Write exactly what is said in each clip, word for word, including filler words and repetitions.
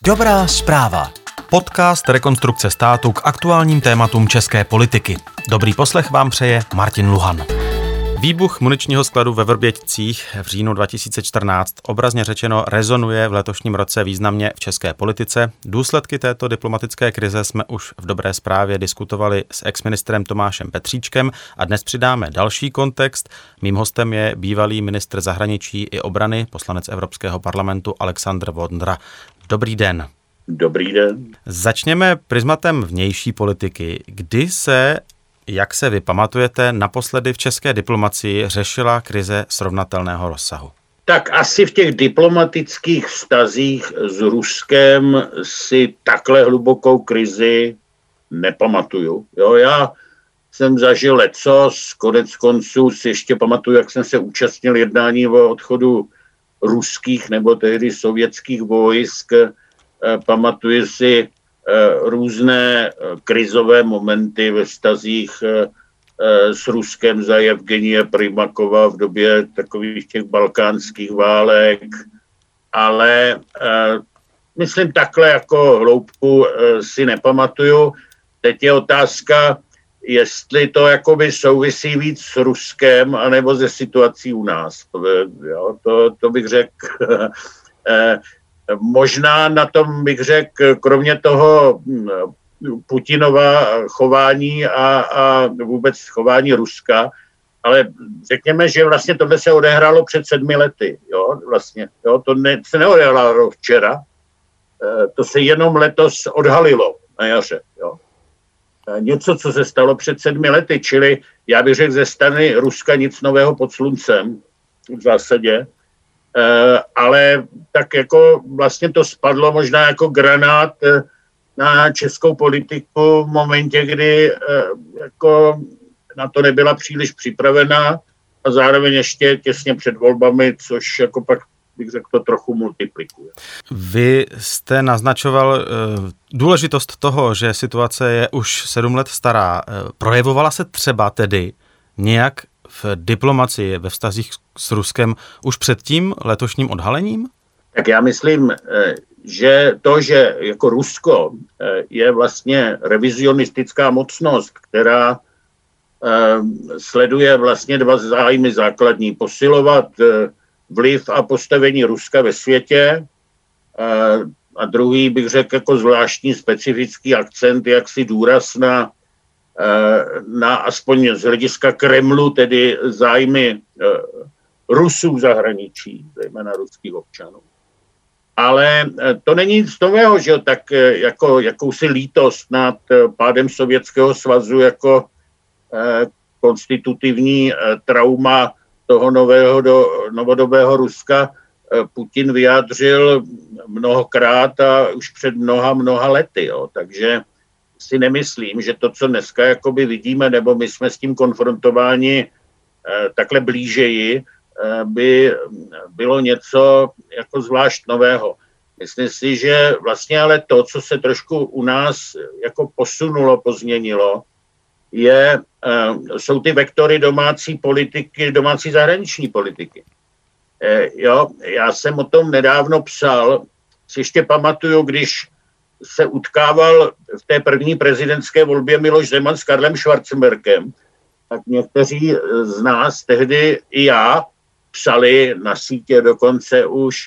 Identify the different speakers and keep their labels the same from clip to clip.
Speaker 1: Dobrá zpráva. Podcast Rekonstrukce státu k aktuálním tématům české politiky. Dobrý poslech vám přeje Martin Luhan. Výbuch muničního skladu ve Vrběticích v říjnu dva tisíce čtrnáct obrazně řečeno rezonuje v letošním roce významně v české politice. Důsledky této diplomatické krize jsme už v Dobré zprávě diskutovali s exministrem Tomášem Petříčkem a dnes přidáme další kontext. Mým hostem je bývalý ministr zahraničí i obrany, poslanec Evropského parlamentu Alexandr Vondra. Dobrý den.
Speaker 2: Dobrý den.
Speaker 1: Začněme prismatem vnější politiky. Kdy se, jak se vy pamatujete, naposledy v české diplomacii řešila krize srovnatelného rozsahu?
Speaker 2: Tak asi v těch diplomatických vztazích s Ruskem si takhle hlubokou krizi nepamatuju. Jo, já jsem zažil lecos, konec konců si ještě pamatuju, jak jsem se účastnil jednání o odchodu ruských nebo tehdy sovětských vojsk. Pamatuju si různé krizové momenty ve vztazích s Ruskem za Evgenie Primakova v době takových těch balkánských válek, ale myslím takhle jako hloubku si nepamatuju. Teď je otázka, jestli to jakoby souvisí víc s Ruskem anebo ze situací u nás. Jo, to, to bych řekl. Možná na tom bych řekl, kromě toho Putinova chování a, a vůbec chování Ruska, ale řekněme, že vlastně tohle se odehrálo před sedmi lety. Jo, vlastně, jo, to ne, se neodehrálo včera, to se jenom letos odhalilo na jaře. Jo. Něco, co se stalo před sedmi lety, čili já bych řekl ze strany Ruska nic nového pod sluncem v zásadě. Uh, ale tak jako vlastně to spadlo možná jako granát uh, na českou politiku v momentě, kdy uh, jako na to nebyla příliš připravená a zároveň ještě těsně před volbami, což jako pak bych řekl to trochu multiplikuje.
Speaker 1: Vy jste naznačoval uh, důležitost toho, že situace je už sedm let stará. Uh, projevovala se třeba tedy nějak v diplomacii, ve vztazích s Ruskem už před tím letošním odhalením?
Speaker 2: Tak já myslím, že to, že jako Rusko je vlastně revizionistická mocnost, která sleduje vlastně dva zájmy základní. Posilovat vliv a postavení Ruska ve světě a druhý bych řekl jako zvláštní specifický akcent, jaksi důraz na na aspoň z hlediska Kremlu, tedy zájmy Rusů v zahraničí, zejména ruských občanů. Ale to není nic nového, že tak jako jakousi lítost nad pádem Sovětského svazu jako konstitutivní trauma toho nového do, novodobého Ruska Putin vyjádřil mnohokrát a už před mnoha, mnoha lety. Jo. Takže si nemyslím, že to, co dneska jakoby vidíme, nebo my jsme s tím konfrontováni eh, takhle blížeji, eh, by bylo něco jako zvlášť nového. Myslím si, že vlastně ale to, co se trošku u nás jako posunulo, pozměnilo, je, eh, jsou ty vektory domácí politiky, domácí zahraniční politiky. Eh, jo, já jsem o tom nedávno psal, si ještě pamatuju, když se utkával v té první prezidentské volbě Miloš Zeman s Karlem Schwarzenbergem, tak někteří z nás, tehdy i já, psali na sítě dokonce už,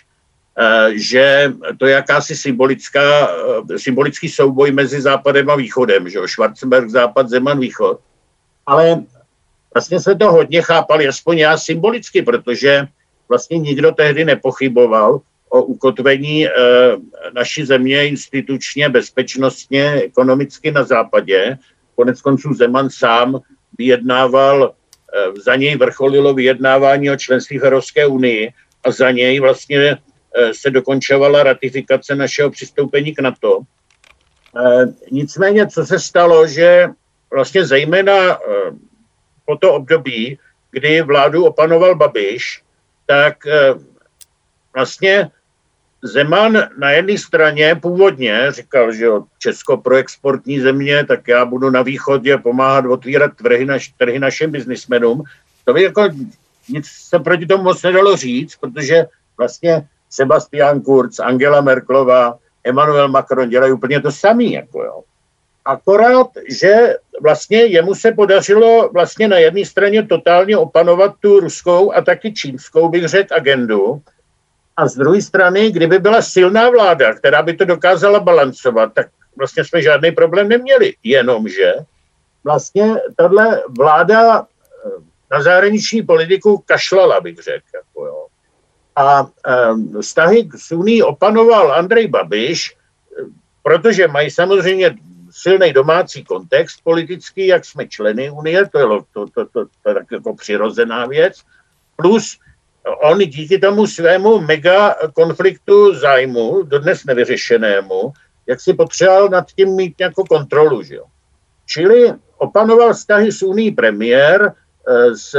Speaker 2: že to je jakási symbolická, symbolický souboj mezi Západem a Východem, že jo, Schwarzenberg západ, Zeman východ. Ale vlastně se to hodně chápali, aspoň já symbolicky, protože vlastně nikdo tehdy nepochyboval o ukotvení e, naší země institučně, bezpečnostně, ekonomicky na západě. Konec konců Zeman sám vyjednával, e, za něj vrcholilo vyjednávání o členství v Evropské unii a za něj vlastně e, se dokončovala ratifikace našeho přistoupení k NATO. E, nicméně, co se stalo, že vlastně zejména e, po to období, kdy vládu opanoval Babiš, tak e, vlastně Zeman na jedné straně původně říkal, že jo, Česko pro exportní země, tak já budu na východě pomáhat otvírat trhy, naš, trhy našim biznismenům. To by jako nic se proti tomu moc nedalo říct, protože vlastně Sebastian Kurz, Angela Merkelová, Emmanuel Macron dělají úplně to samý, jako jo. Akorát, že vlastně jemu se podařilo vlastně na jedné straně totálně opanovat tu ruskou a taky čínskou, bych řekl, agendu. A z druhé strany, kdyby byla silná vláda, která by to dokázala balancovat, tak vlastně jsme žádný problém neměli. Jenomže vlastně tahle vláda na zahraniční politiku kašlala, bych řekl. Jako jo. A um, vztahy s Unií opanoval Andrej Babiš, protože mají samozřejmě silný domácí kontext politický, jak jsme členy Unie, to je, to, to, to, to je tak jako přirozená věc, plus on díky tomu svému mega konfliktu zájmu, dodnes nevyřešenému, jak si potřeboval nad tím mít nějakou kontrolu. Že jo. Čili opanoval vztahy s Unií premiér, s,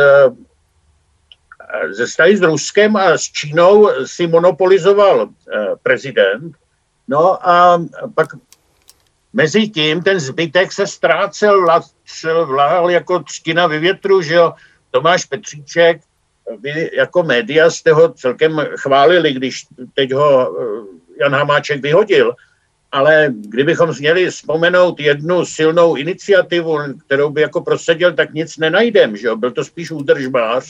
Speaker 2: ze vztahy s Ruskem a s Čínou si monopolizoval prezident. No a pak mezi tím ten zbytek se ztrácel, vláhal jako třtina ve větru, že jo. Tomáš Petříček, vy jako média jste ho celkem chválili, když teď ho Jan Hamáček vyhodil, ale kdybychom měli vzpomenout jednu silnou iniciativu, kterou by jako prosadil, tak nic nenajdem, že jo? Byl to spíš údržbář.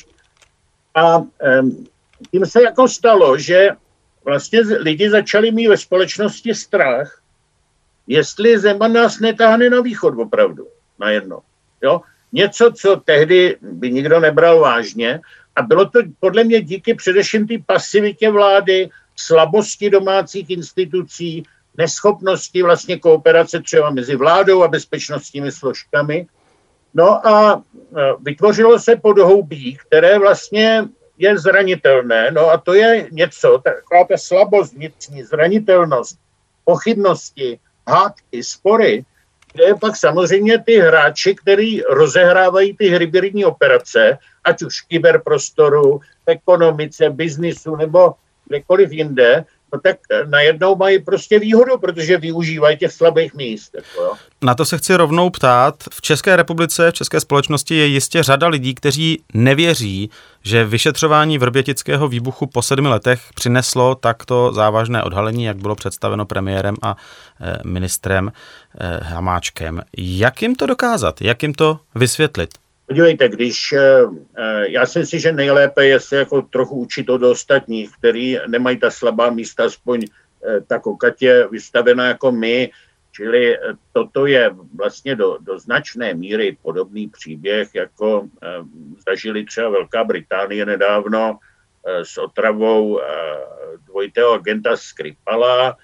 Speaker 2: A um, tím se jako stalo, že vlastně lidi začali mít ve společnosti strach, jestli Zeman nás netáhne na východ opravdu, najednou. Jo? Něco, co tehdy by nikdo nebral vážně, a bylo to podle mě díky především té pasivitě vlády, slabosti domácích institucí, neschopnosti vlastně kooperace třeba mezi vládou a bezpečnostními složkami. No a vytvořilo se podhoubí, které vlastně je zranitelné. No a to je něco, taková ta slabost vnitřní, zranitelnost, pochybnosti, hádky, spory, kde je pak samozřejmě ty hráči, kteří rozehrávají ty hybridní operace, ať už v kyberprostoru, v ekonomice, biznisu nebo kdekoliv jinde, no tak najednou mají prostě výhodu, protože využívají těch slabých míst. Jako jo.
Speaker 1: Na to se chci rovnou ptát. V České republice, v české společnosti je jistě řada lidí, kteří nevěří, že vyšetřování vrbětického výbuchu po sedmi letech přineslo takto závažné odhalení, jak bylo představeno premiérem a e, ministrem e, Hamáčkem. Jak jim to dokázat? Jak jim to vysvětlit?
Speaker 2: Podívejte, když, já si myslím, že nejlépe je se jako trochu učit od ostatních, který nemají ta slabá místa, aspoň tak okatě vystavená jako my, čili toto je vlastně do, do značné míry podobný příběh, jako zažili třeba Velká Británie nedávno s otravou dvojitého agenta Skripala.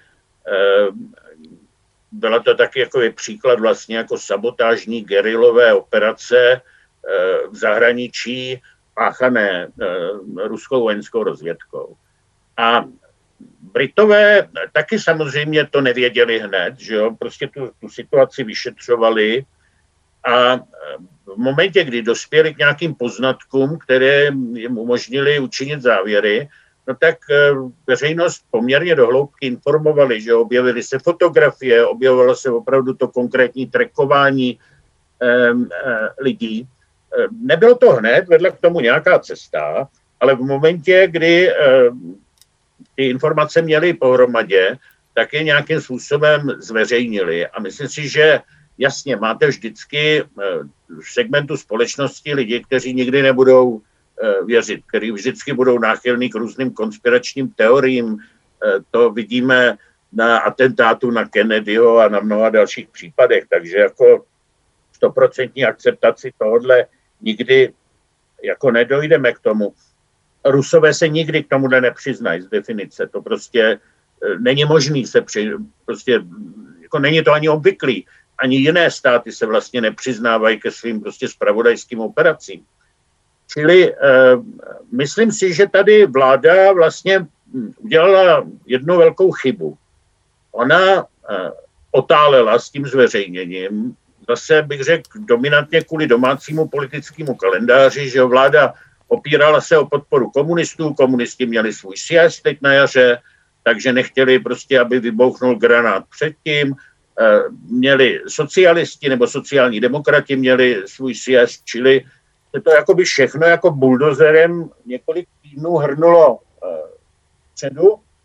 Speaker 2: Byla to taky jako příklad vlastně jako sabotážní gerilové operace v zahraničí páchané ruskou vojenskou rozvědkou. A Britové taky samozřejmě to nevěděli hned, že jo, prostě tu, tu situaci vyšetřovali a v momentě, kdy dospěli k nějakým poznatkům, které jim umožnili učinit závěry, no tak veřejnost poměrně dohloubky informovali, že objevily se fotografie, objevilo se opravdu to konkrétní trackování eh, eh, lidí. Nebylo to hned, vedla k tomu nějaká cesta, ale v momentě, kdy eh, ty informace měly pohromadě, tak je nějakým způsobem zveřejnili. A myslím si, že jasně, máte vždycky eh, v segmentu společnosti lidi, kteří nikdy nebudou eh, věřit, kteří vždycky budou náchylní k různým konspiračním teoriím. Eh, to vidíme na atentátu na Kennedyho a na mnoha dalších případech. Takže jako stoprocentní akceptaci tohodle nikdy jako nedojdeme k tomu. Rusové se nikdy k tomuhle nepřiznají z definice. To prostě není možný se při, prostě, jako není to ani obvyklý. Ani jiné státy se vlastně nepřiznávají ke svým prostě zpravodajským operacím. Čili eh, myslím si, že tady vláda vlastně udělala jednu velkou chybu. Ona eh, otálela s tím zveřejněním, zase bych řekl dominantně kvůli domácímu politickému kalendáři, že vláda opírala se o podporu komunistů, komunisti měli svůj sjezd teď na jaře, takže nechtěli prostě, aby vybouchnul granát předtím, měli socialisti nebo sociální demokrati měli svůj sjezd, čili se to jakoby všechno jako buldozerem několik týdnů hrnulo předu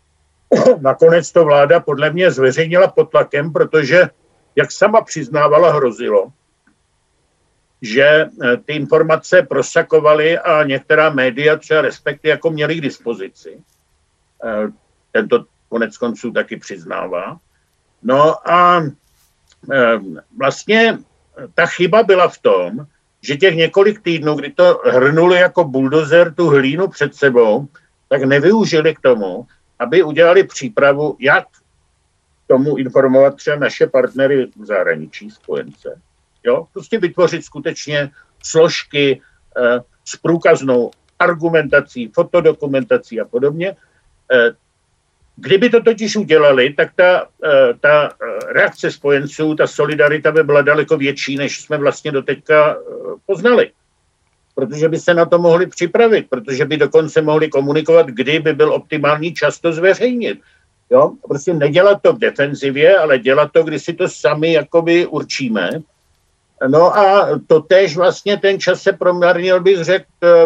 Speaker 2: nakonec to vláda podle mě zveřejnila pod tlakem, protože, jak sama přiznávala, hrozilo, že ty informace prosakovaly a některá média třeba respektive jako měly k dispozici. Tento konec konců taky přiznává. No a vlastně ta chyba byla v tom, že těch několik týdnů, kdy to hrnuli jako buldozer tu hlínu před sebou, tak nevyužili k tomu, aby udělali přípravu, jak tomu informovat třeba naše partnery v zahraničí, spojence. Jo? Prostě vytvořit skutečně složky eh, s průkaznou argumentací, fotodokumentací a podobně. Eh, kdyby to totiž udělali, tak ta, eh, ta reakce spojenců, ta solidarita by byla daleko větší, než jsme vlastně doteďka eh, poznali. Protože by se na to mohli připravit, protože by dokonce mohli komunikovat, kdy by byl optimální čas to zveřejnit. Jo? Prostě nedělat to v defenzivě, ale dělat to, když si to sami jakoby určíme. No a to též vlastně ten čas se promarnil, bych řekl,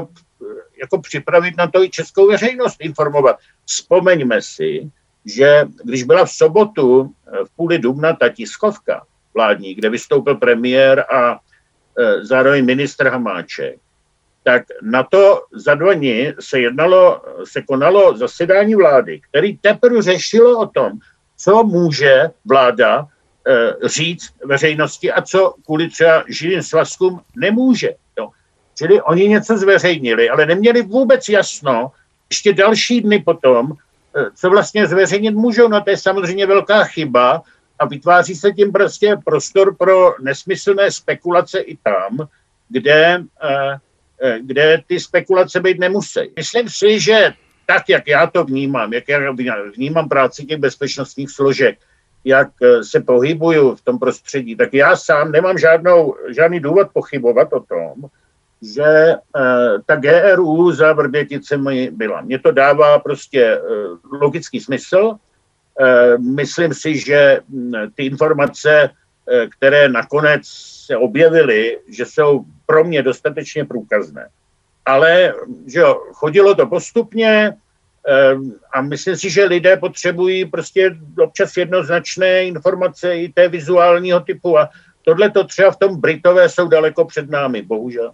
Speaker 2: jako připravit na to i českou veřejnost informovat. Vzpomeňme si, že když byla v sobotu v půli dubna ta tiskovka vládní, kde vystoupil premiér a e, zároveň ministr Hamáček, tak na to za dva dny se jednalo, se konalo zasedání vlády, který teprve řešilo o tom, co může vláda e, říct veřejnosti a co kvůli třeba živým svazkům nemůže. Jo. Čili oni něco zveřejnili, ale neměli vůbec jasno, ještě další dny potom, e, co vlastně zveřejnit můžou. No to je samozřejmě velká chyba a vytváří se tím prostě prostor pro nesmyslné spekulace i tam, kde... E, kde ty spekulace být nemusí. Myslím si, že tak, jak já to vnímám, jak já vnímám práci těch bezpečnostních složek, jak se pohybuju v tom prostředí, tak já sám nemám žádnou, žádný důvod pochybovat o tom, že eh, ta G R U za Vrběticemi byla. Mně to dává prostě eh, logický smysl. Eh, myslím si, že ty informace, eh, které nakonec se objevily, že jsou pro mě dostatečně průkazné. Ale že jo, chodilo to postupně a myslím si, že lidé potřebují prostě občas jednoznačné informace i té vizuálního typu a tohle to třeba v tom Britové jsou daleko před námi, bohužel.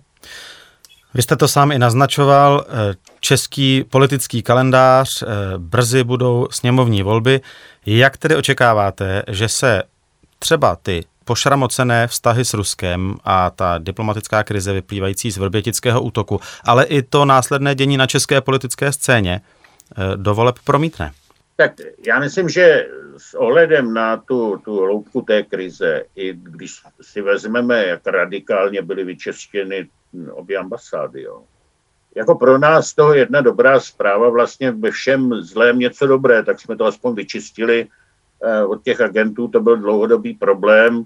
Speaker 1: Vy jste to sám i naznačoval, český politický kalendář, brzy budou sněmovní volby. Jak tedy očekáváte, že se třeba ty pošramocené vztahy s Ruskem a ta diplomatická krize vyplývající z vrbětického útoku, ale i to následné dění na české politické scéně do voleb promítne?
Speaker 2: Tak já myslím, že s ohledem na tu, tu hloubku té krize, i když si vezmeme, jak radikálně byly vyčeštěny obě ambasády, jo. Jako pro nás toho jedna dobrá zpráva, vlastně ve všem zlém něco dobré, tak jsme to aspoň vyčistili od těch agentů, to byl dlouhodobý problém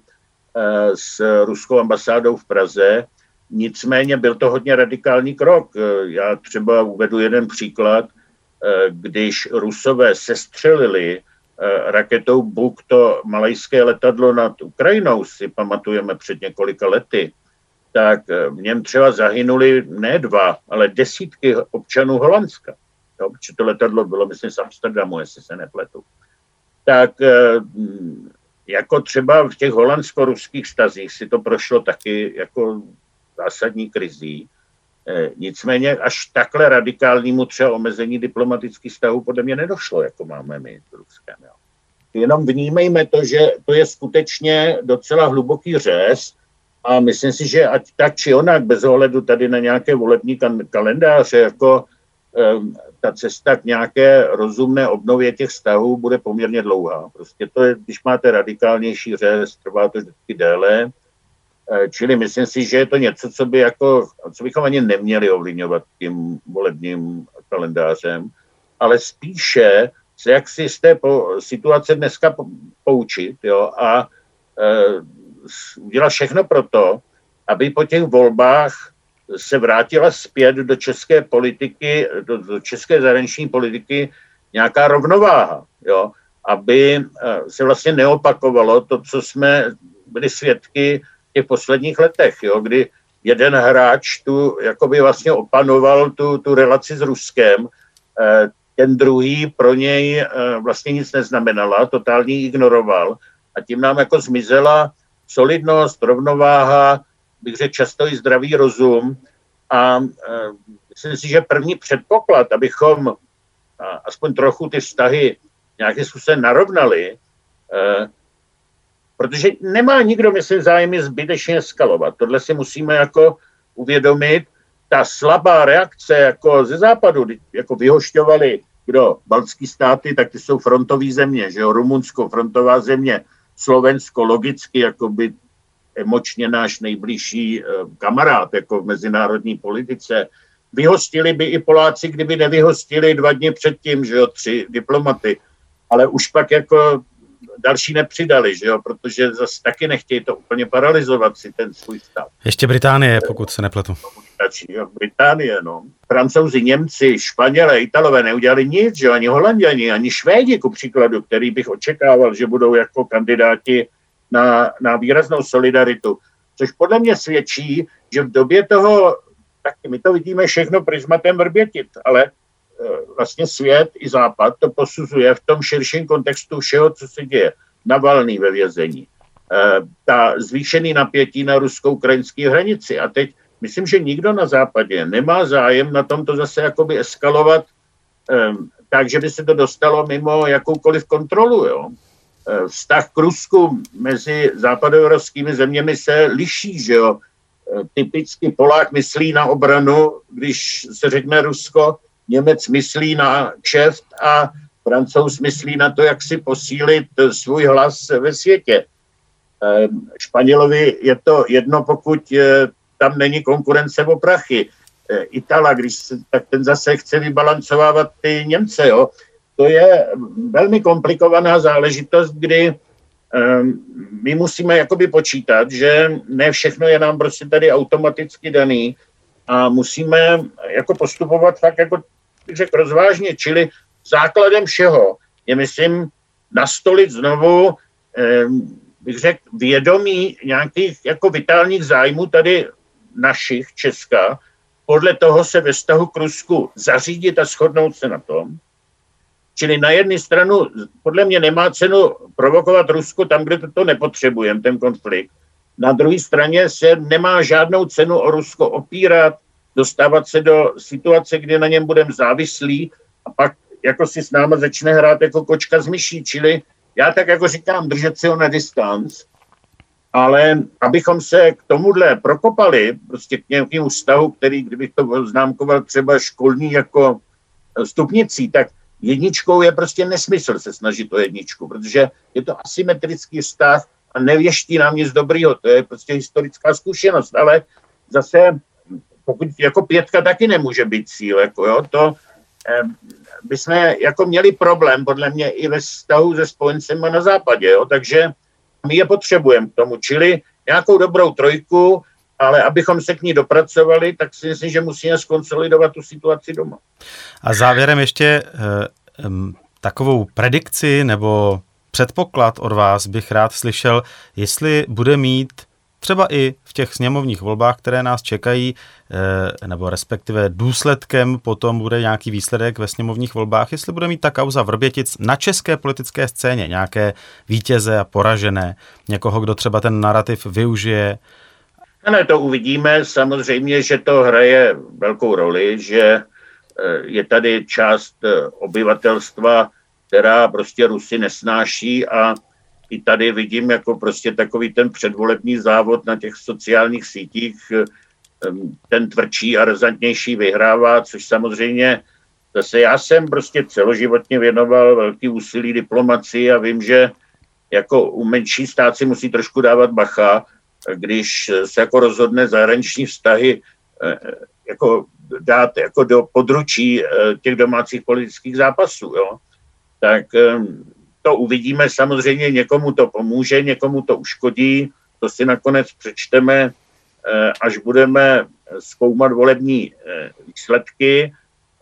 Speaker 2: s ruskou ambasádou v Praze. Nicméně byl to hodně radikální krok. Já třeba uvedu jeden příklad, když Rusové sestřelili raketou Buk to malajské letadlo nad Ukrajinou, si pamatujeme před několika lety, tak v něm třeba zahynuli ne dva, ale desítky občanů Holandska. Jo, protože to letadlo bylo, myslím, z Amsterdamu, jestli se nepletu. Tak jako třeba v těch holandsko-ruských vztazích si to prošlo taky jako zásadní krizí. Nicméně až takhle radikálnímu třeba omezení diplomatických vztahů podle mě nedošlo, jako máme my s Ruskem. Jo. Jenom vnímejme to, že to je skutečně docela hluboký řez a myslím si, že ať tak či onak, bez ohledu tady na nějaké volební kalendáře, jako um, ta cesta k nějaké rozumné obnově těch vztahů bude poměrně dlouhá. Prostě to je, když máte radikálnější řez, trvá to vždycky déle. Čili myslím si, že je to něco, co, by jako, co bychom ani neměli ovlivňovat tím volebním kalendářem, ale spíše se jaksi z té po, situace dneska poučit, jo, a e, udělat všechno pro to, aby po těch volbách se vrátila zpět do české politiky, do, do české zahraniční politiky nějaká rovnováha, jo, aby se vlastně neopakovalo to, co jsme byli svědky v těch posledních letech, jo, kdy jeden hráč tu jakoby vlastně opanoval tu, tu relaci s Ruskem, ten druhý pro něj vlastně nic neznamenala, totálně ignoroval a tím nám jako zmizela solidnost, rovnováha, bych řekl často i zdravý rozum a myslím si, že první předpoklad, abychom aspoň trochu ty vztahy nějakým způsobem narovnali, protože nemá nikdo, myslím, zájmy zbytečně eskalovat. Tohle si musíme jako uvědomit. Ta slabá reakce jako ze západu, jako vyhošťovali kdo? Baltský státy, tak ty jsou frontové země, že jo? Rumunsko, frontová země, Slovensko, logicky, jako by emočně náš nejbližší kamarád, jako v mezinárodní politice. Vyhostili by i Poláci, kdyby nevyhostili dva dny předtím, že jo, tři diplomaty. Ale už pak jako další nepřidali, že jo, protože zase taky nechtějí to úplně paralyzovat si ten svůj stát.
Speaker 1: Ještě Británie, pokud se nepletu.
Speaker 2: Británie, no. Francouzi, Němci, Španělé, Italové neudělali nic, že ani Holanděni, ani Švédi, ku příkladu, který bych očekával, že budou jako kandidáti na, na výraznou solidaritu. Což podle mě svědčí, že v době toho, taky my to vidíme všechno prismatem Vrbětic, ale vlastně svět i západ to posuzuje v tom širším kontextu všeho, co se děje. Navalný ve vězení, ta zvýšený napětí na rusko-ukrajinské hranici. A teď myslím, že nikdo na západě nemá zájem na tom to zase jakoby eskalovat tak, že by se to dostalo mimo jakoukoliv kontrolu. Jo. Vztah k Rusku mezi západoevropskými zeměmi se liší, že jo. Typicky Polák myslí na obranu, když se řekne Rusko, Němec myslí na kšeft a Francouz myslí na to, jak si posílit svůj hlas ve světě. Španělovi je to jedno, pokud tam není konkurence o prachy. Itala, když se, tak ten zase chce vybalancovávat ty Němce. Jo. To je velmi komplikovaná záležitost, kdy um, my musíme jakoby počítat, že ne všechno je nám prostě tady automaticky daný a musíme jako postupovat tak jako bych řekl rozvážně, čili základem všeho je, myslím, nastolit znovu, um, bych řekl, vědomí nějakých jako vitálních zájmů tady našich, Česka, podle toho se ve vztahu k Rusku zařídit a shodnout se na tom. Čili na jednu stranu podle mě nemá cenu provokovat Rusko tam, kde to, to nepotřebujeme, ten konflikt. Na druhé straně se nemá žádnou cenu o Rusko opírat, dostávat se do situace, kdy na něm budeme závislí a pak jako si s náma začne hrát jako kočka z myší. Čili já tak jako říkám, držet si ho na distanc, ale abychom se k tomuhle prokopali, prostě k nějakému vztahu, který, kdybych to známkoval třeba školní jako stupnicí, tak jedničkou je prostě nesmysl se snažit o jedničku, protože je to asymetrický vztah a nevěští nám nic dobrýho, to je prostě historická zkušenost, ale zase pokud jako pětka taky nemůže být cíl, jako jo, to eh, bychom jako měli problém podle mě i ve vztahu se spojencema na západě, jo, takže my je potřebujeme k tomu, čili nějakou dobrou trojku, ale abychom se k ní dopracovali, tak si myslím, že musíme skonsolidovat tu situaci doma.
Speaker 1: A závěrem ještě um, takovou predikci nebo předpoklad od vás bych rád slyšel, jestli bude mít třeba i v těch sněmovních volbách, které nás čekají, nebo respektive důsledkem potom bude nějaký výsledek ve sněmovních volbách, jestli bude mít ta kauza Vrbětic na české politické scéně nějaké vítěze a poražené, někoho, kdo třeba ten narrativ využije.
Speaker 2: Ne, to uvidíme. Samozřejmě, že to hraje velkou roli, že je tady část obyvatelstva, která prostě Rusy nesnáší a i tady vidím jako prostě takový ten předvolební závod na těch sociálních sítích, ten tvrdší a razantnější vyhrává, což samozřejmě zase já jsem prostě celoživotně věnoval velký úsilí diplomacii a vím, že jako u menší stát si musí trošku dávat bacha, když se jako rozhodne zahraniční vztahy jako dát jako do područí těch domácích politických zápasů, jo. Tak to uvidíme, samozřejmě někomu to pomůže, někomu to uškodí, to si nakonec přečteme, až budeme zkoumat volební výsledky.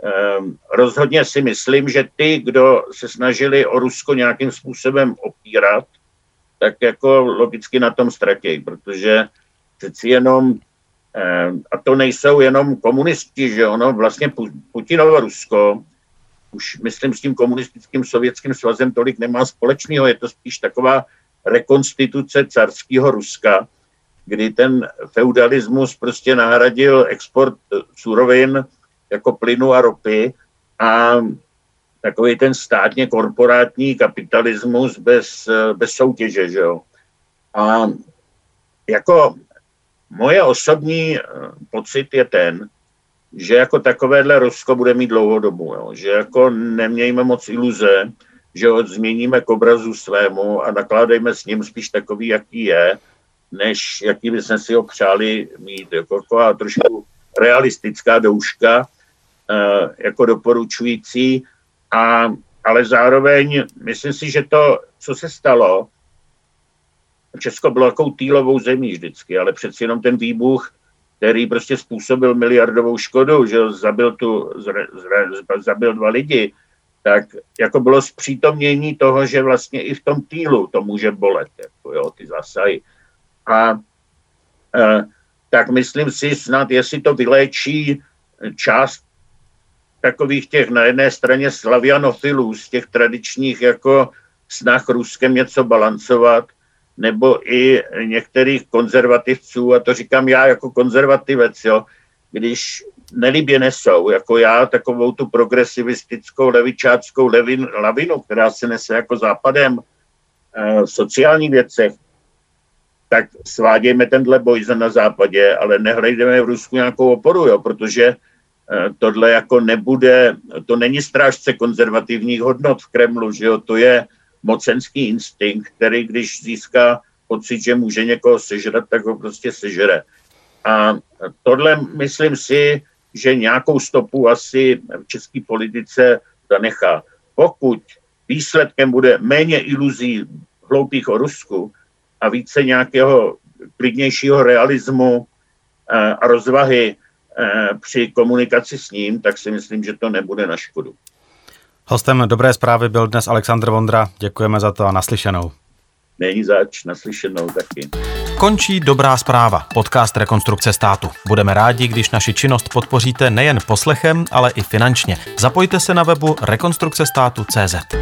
Speaker 2: Rozhodně si myslím, že ty, kdo se snažili o Rusko nějakým způsobem opírat, tak jako logicky na tom ztratějí, protože přeci jenom, a to nejsou jenom komunisti, že ono vlastně Putinovo Rusko už myslím s tím komunistickým sovětským svazem tolik nemá společného, je to spíš taková rekonstituce carského Ruska, kdy ten feudalismus prostě nahradil export surovin jako plynu a ropy a takový ten státně korporátní kapitalismus bez, bez soutěže, že jo. A jako moje osobní pocit je ten, že jako takovéhle Rusko bude mít dlouhodobu, jo. Že jako nemějme moc iluze, že ho změníme k obrazu svému a nakládejme s ním spíš takový, jaký je, než jaký bychom si ho přáli mít. Jako a trošku realistická douška, jako doporučující, a, ale zároveň myslím si, že to, co se stalo, Česko bylo takovou týlovou zemí vždycky, ale přeci jenom ten výbuch, který prostě způsobil miliardovou škodu, že zabil, tu, zre, zre, zabil dva lidi, tak jako bylo zpřítomnění toho, že vlastně i v tom týlu to může bolet, jako jo, ty zásahy. A e, tak myslím si snad, jestli to vyléčí část takových těch na jedné straně slavianofilů z těch tradičních jako snah Ruskem něco balancovat, nebo i některých konzervativců, a to říkám já jako konzervativec, jo, když nelibě nesou, jako já, takovou tu progresivistickou levičáckou levin, lavinu, která se nese jako západem e, v sociálních věcech, tak svádějme tenhle boj na západě, ale nehlejdeme v Rusku nějakou oporu, jo, protože e, tohle jako nebude, to není strážce konzervativních hodnot v Kremlu, že jo, to je mocenský instinkt, který když získá pocit, že může někoho sežrat, tak ho prostě sežere. A tohle myslím si, že nějakou stopu asi v české politice zanechá. Pokud výsledkem bude méně iluzí hloupých o Rusku a více nějakého klidnějšího realismu a rozvahy při komunikaci s ním, tak si myslím, že to nebude na škodu.
Speaker 1: Hostem Dobré zprávy byl dnes Alexandr Vondra. Děkujeme za to a naslyšenou.
Speaker 2: Není zač, naslyšenou taky.
Speaker 1: Končí Dobrá zpráva, podcast Rekonstrukce státu. Budeme rádi, když naši činnost podpoříte nejen poslechem, ale i finančně. Zapojte se na webu rekonstrukce státu tečka cé zet.